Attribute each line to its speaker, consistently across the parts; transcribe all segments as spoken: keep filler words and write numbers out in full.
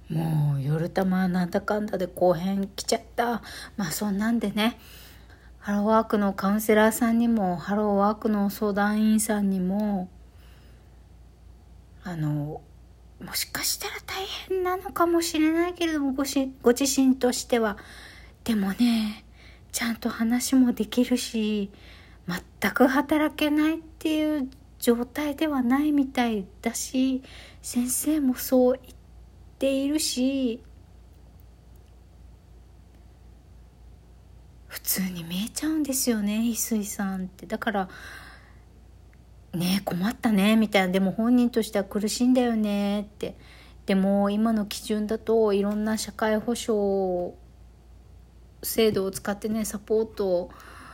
Speaker 1: もう夜玉なんだかんだで後編来ちゃった。まあそんなんでね、ハローワークのカウンセラーさんにもハローワークの相談員さんにもあのもしかしたら大変なのかもしれないけれども、ごしご自身としてはでもね、ちゃんと話もできるし、全く働けないっていう状態ではないみたいだし、先生もそう言っているし、普通に見えちゃうんですよね、翡翠さんって。だからね、困ったねみたいな、でも本人としては苦しいんだよねって。でも今の基準だといろんな社会保障制度を使ってね、サポート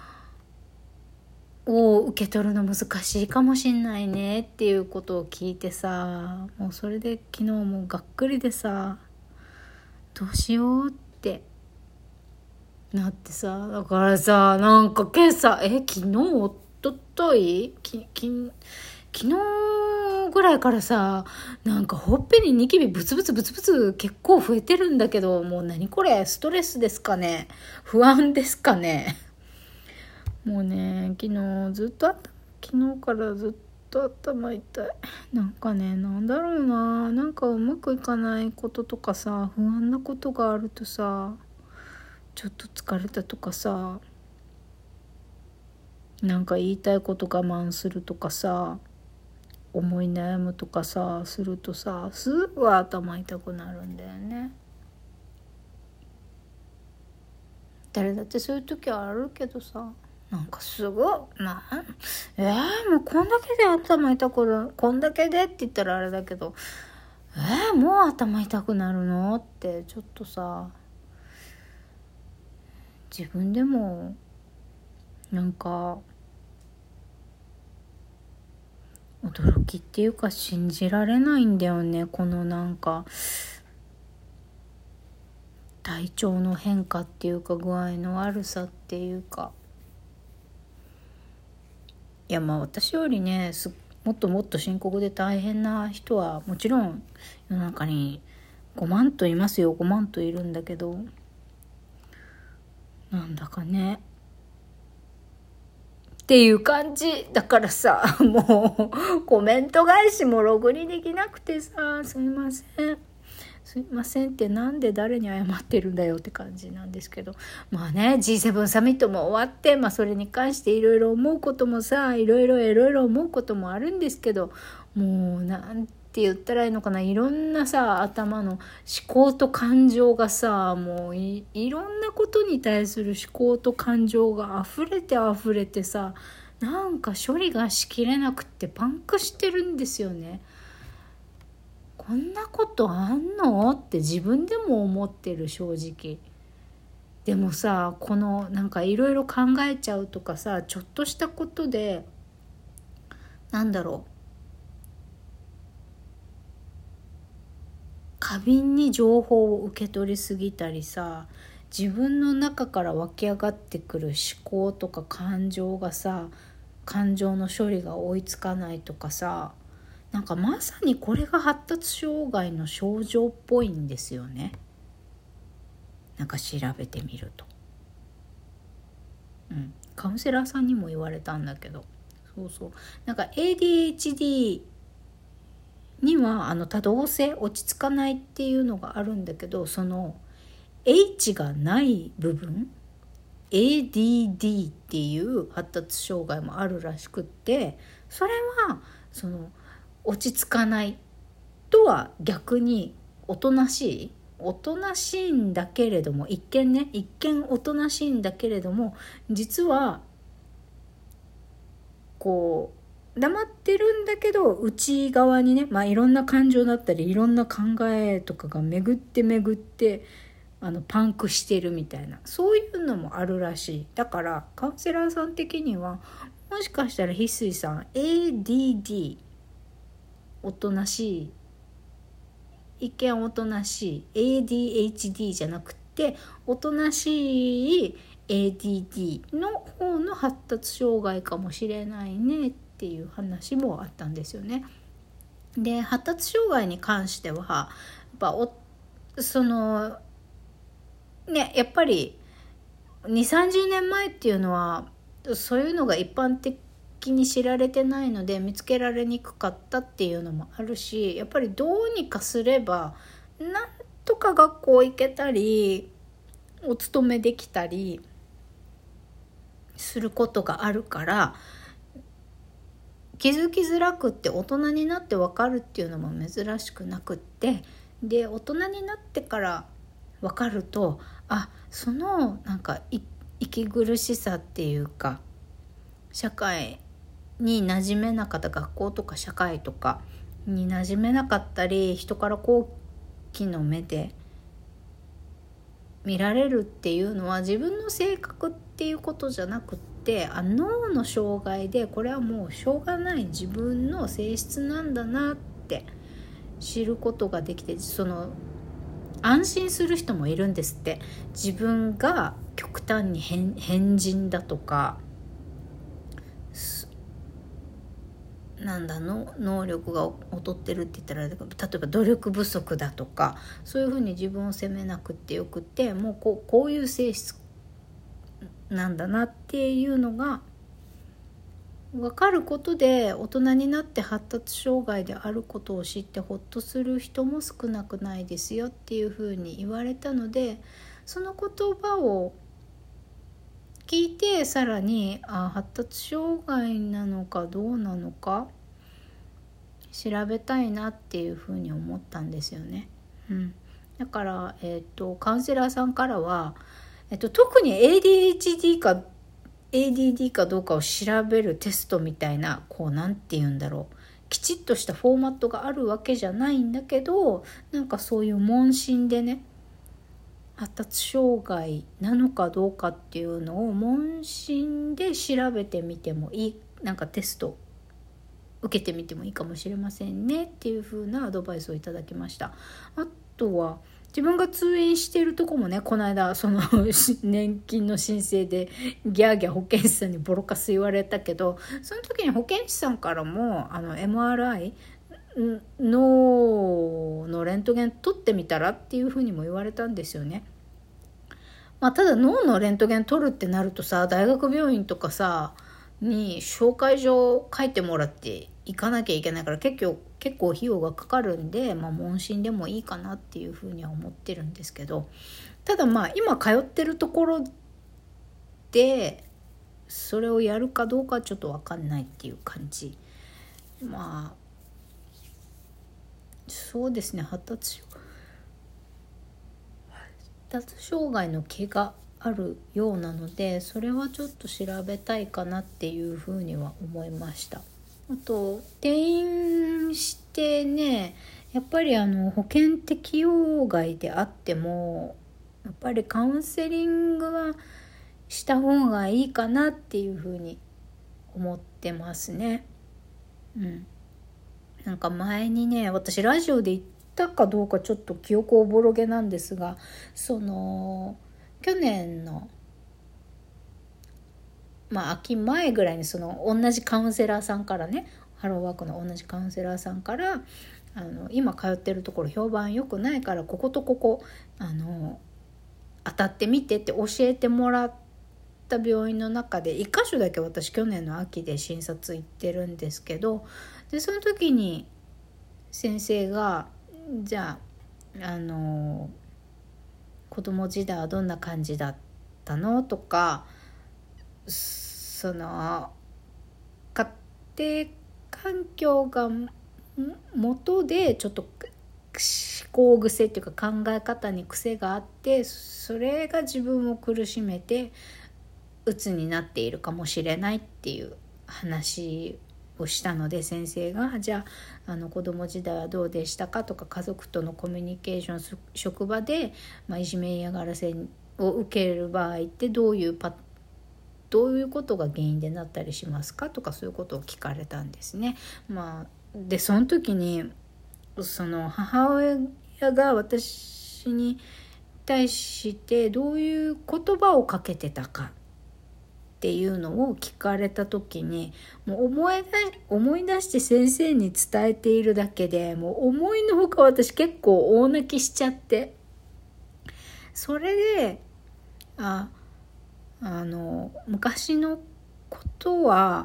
Speaker 1: を受け取るの難しいかもしんないねっていうことを聞いてさ、もうそれで昨日もがっくりでさ、どうしようってなってさ。だからさ、なんか今朝え昨日おとといきき昨日ぐらいからさ、なんかほっぺにニキビブツブツブツブツ結構増えてるんだけど、もう何これ、ストレスですかね、不安ですかね。もうね、昨日ずっと頭昨日からずっと頭痛い。なんかね、なんだろうな、なんかうまくいかないこととかさ、不安なことがあるとさ、ちょっと疲れたとかさ、なんか言いたいこと我慢するとかさ、思い悩むとかさするとさ、すぐ頭痛くなるんだよね。誰だってそういう時はあるけどさ、なんかすごいなんえー、もうこんだけで頭痛くなる、こんだけでって言ったらあれだけど、えー、もう頭痛くなるのってちょっとさ、自分でもなんか驚きっていうか信じられないんだよね。このなんか体調の変化っていうか具合の悪さっていうか、いやまあ私よりねすもっともっと深刻で大変な人はもちろん世の中にごまんといますよ。ごまんといるんだけど、なんだかねっていう感じだからさ、もうコメント返しもログにできなくてさ、すいませんすいませんってなんで誰に謝ってるんだよって感じなんですけど、まあね ジーセブン サミットも終わって、まあそれに関していろいろ思うこともさ、いろいろいろいろ思うこともあるんですけど、もうなんて言ったらいいのかな、いろんなさ頭の思考と感情がさ、もう い, いろんなことに対する思考と感情が溢れて溢れてさ、なんか処理がしきれなくってパンクしてるんですよね。こんなことあんのって自分でも思ってる、正直。でもさ、このなんかいろいろ考えちゃうとかさ、ちょっとしたことでなんだろう、過敏に情報を受け取りすぎたりさ、自分の中から湧き上がってくる思考とか感情がさ、感情の処理が追いつかないとかさ、なんかまさにこれが発達障害の症状っぽいんですよね。なんか調べてみると、うん、カウンセラーさんにも言われたんだけど、そうそう、なんか エーディーエイチディー にはあの多動性、落ち着かないっていうのがあるんだけど、その H がない部分 エーディーディー っていう発達障害もあるらしくって、それはその落ち着かないとは逆におとなしいおとなしいんだけれども、一見ね一見おとなしいんだけれども、実はこう黙ってるんだけど内側にね、まあいろんな感情だったりいろんな考えとかが巡って巡ってあのパンクしてるみたいな、そういうのもあるらしい。だからカウンセラーさん的にはもしかしたら翡翠さん エーディーディー おとなしい、一見おとなしい エーディーエイチディー じゃなくておとなしい エーディーディー の方の発達障害かもしれないねっていう話もあったんですよね。で発達障害に関してはやっぱおそのねやっぱりにじゅうさんじゅうねんまえっていうのはそういうのが一般的に知られてないので見つけられにくかったっていうのもあるし、やっぱりどうにかすればなんとか学校行けたりお勤めできたりすることがあるから、気づきづらくって大人になって分かるっていうのも珍しくなくって、で大人になってから分かると、あ、そのなんか息苦しさっていうか、社会に馴染めなかった、学校とか社会とかに馴染めなかったり、人から好奇の目で見られるっていうのは自分の性格っていうことじゃなくって、あ脳の障害で、これはもうしょうがない自分の性質なんだなって知ることができて、その安心する人もいるんですって。自分が極端に変、変人だとか、なんだの能力が劣ってるって言ったら、例えば努力不足だとか、そういうふうに自分を責めなくてよくて、もうこう、こういう性質なんだなっていうのが分かることで、大人になって発達障害であることを知ってほっとする人も少なくないですよっていうふうに言われたので、その言葉を聞いて、さらにあ発達障害なのかどうなのか調べたいなっていうふうに思ったんですよね。うん、だから、えーと、カウンセラーさんからは、えーと、特に エーディーエイチディー か エーディーディー かどうかを調べるテストみたいな、こうなんて言うんだろう、きちっとしたフォーマットがあるわけじゃないんだけど、なんかそういう問診でね、発達障害なのかどうかっていうのを問診で調べてみてもいい、なんかテスト受けてみてもいいかもしれませんねっていう風なアドバイスをいただきました。あとは自分が通院しているとこもね、この間その年金の申請でギャーギャー保健師さんにボロカス言われたけど、その時に保健師さんからもあの エムアールアイ 脳のレントゲン取ってみたらっていうふうにも言われたんですよね。まあ、ただ脳のレントゲン取るってなるとさ、大学病院とかさに紹介状書いてもらって行かなきゃいけないから、結構結構費用がかかるんで、まあ、問診でもいいかなっていうふうには思ってるんですけど、ただまあ今通ってるところでそれをやるかどうかちょっと分かんないっていう感じ。まあそうですね、発達発達障害の毛があるようなので、それはちょっと調べたいかなっていうふうには思いました。あと転院してね、やっぱりあの保険適用外であってもやっぱりカウンセリングはした方がいいかなっていうふうに思ってますね。うん。なんか前にね、私ラジオで言ったかどうかちょっと記憶おぼろげなんですが、その去年のまあ秋前ぐらいにその同じカウンセラーさんからね、ハローワークの同じカウンセラーさんからあの今通ってるところ評判良くないから、こことここあの当たってみてって教えてもらった病院の中でいっかしょだけ私去年の秋で診察行ってるんですけど、でその時に先生がじゃああの子供時代はどんな感じだったのとか、その家庭環境が元でちょっと思考癖っていうか考え方に癖があって、それが自分を苦しめて鬱になっているかもしれないっていう話をしたので、先生がじゃあ、あの子供時代はどうでしたかとか、家族とのコミュニケーション、職場で、まあ、いじめ嫌がらせを受ける場合ってどういうパどういうことが原因でなったりしますかとか、そういうことを聞かれたんですね。まあ、でその時にその母親が私に対してどういう言葉をかけてたかっていうのを聞かれた時に、もう思い出、思い出して先生に伝えているだけでもう思いのほか私結構大泣きしちゃって、 それでああの昔のことは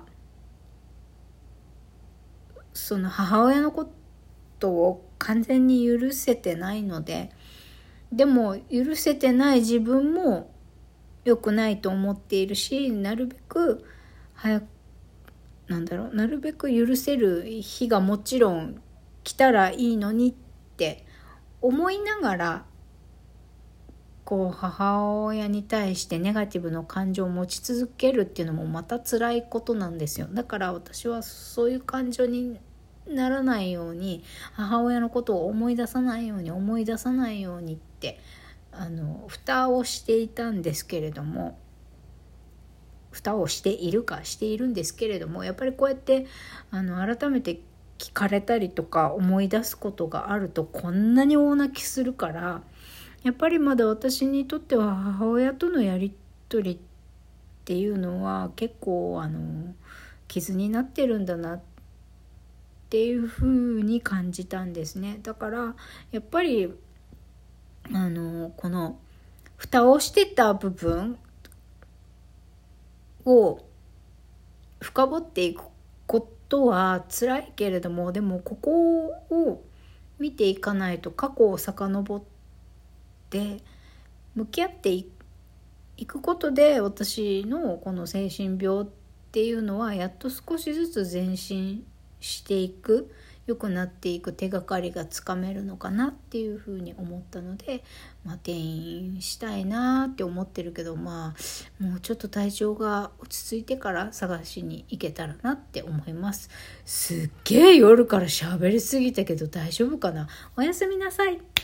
Speaker 1: その母親のことを完全に許せてないので、でも許せてない自分も良くないと思っているし、なるべく早くなんだろうなるべく許せる日がもちろん来たらいいのにって思いながら、こう母親に対してネガティブの感情を持ち続けるっていうのもまた辛いことなんですよ。だから私はそういう感情にならないように、母親のことを思い出さないように思い出さないようにってあの蓋をしていたんですけれども、蓋をしているかしているんですけれども、やっぱりこうやってあの改めて聞かれたりとか思い出すことがあると、こんなに大泣きするから、やっぱりまだ私にとっては母親とのやり取りっていうのは結構あの傷になってるんだなっていうふうに感じたんですね。だからやっぱりあのこの蓋をしてた部分を深掘っていくことは辛いけれども、でもここを見ていかないと、過去を遡って向き合っていくことで、私のこの精神病っていうのはやっと少しずつ前進していく、良くなっていく手がかりがつかめるのかなっていうふうに思ったので、まあ、転院したいなって思ってるけど、まあもうちょっと体調が落ち着いてから探しに行けたらなって思います。すっげえ夜から喋りすぎたけど大丈夫かな。おやすみなさい。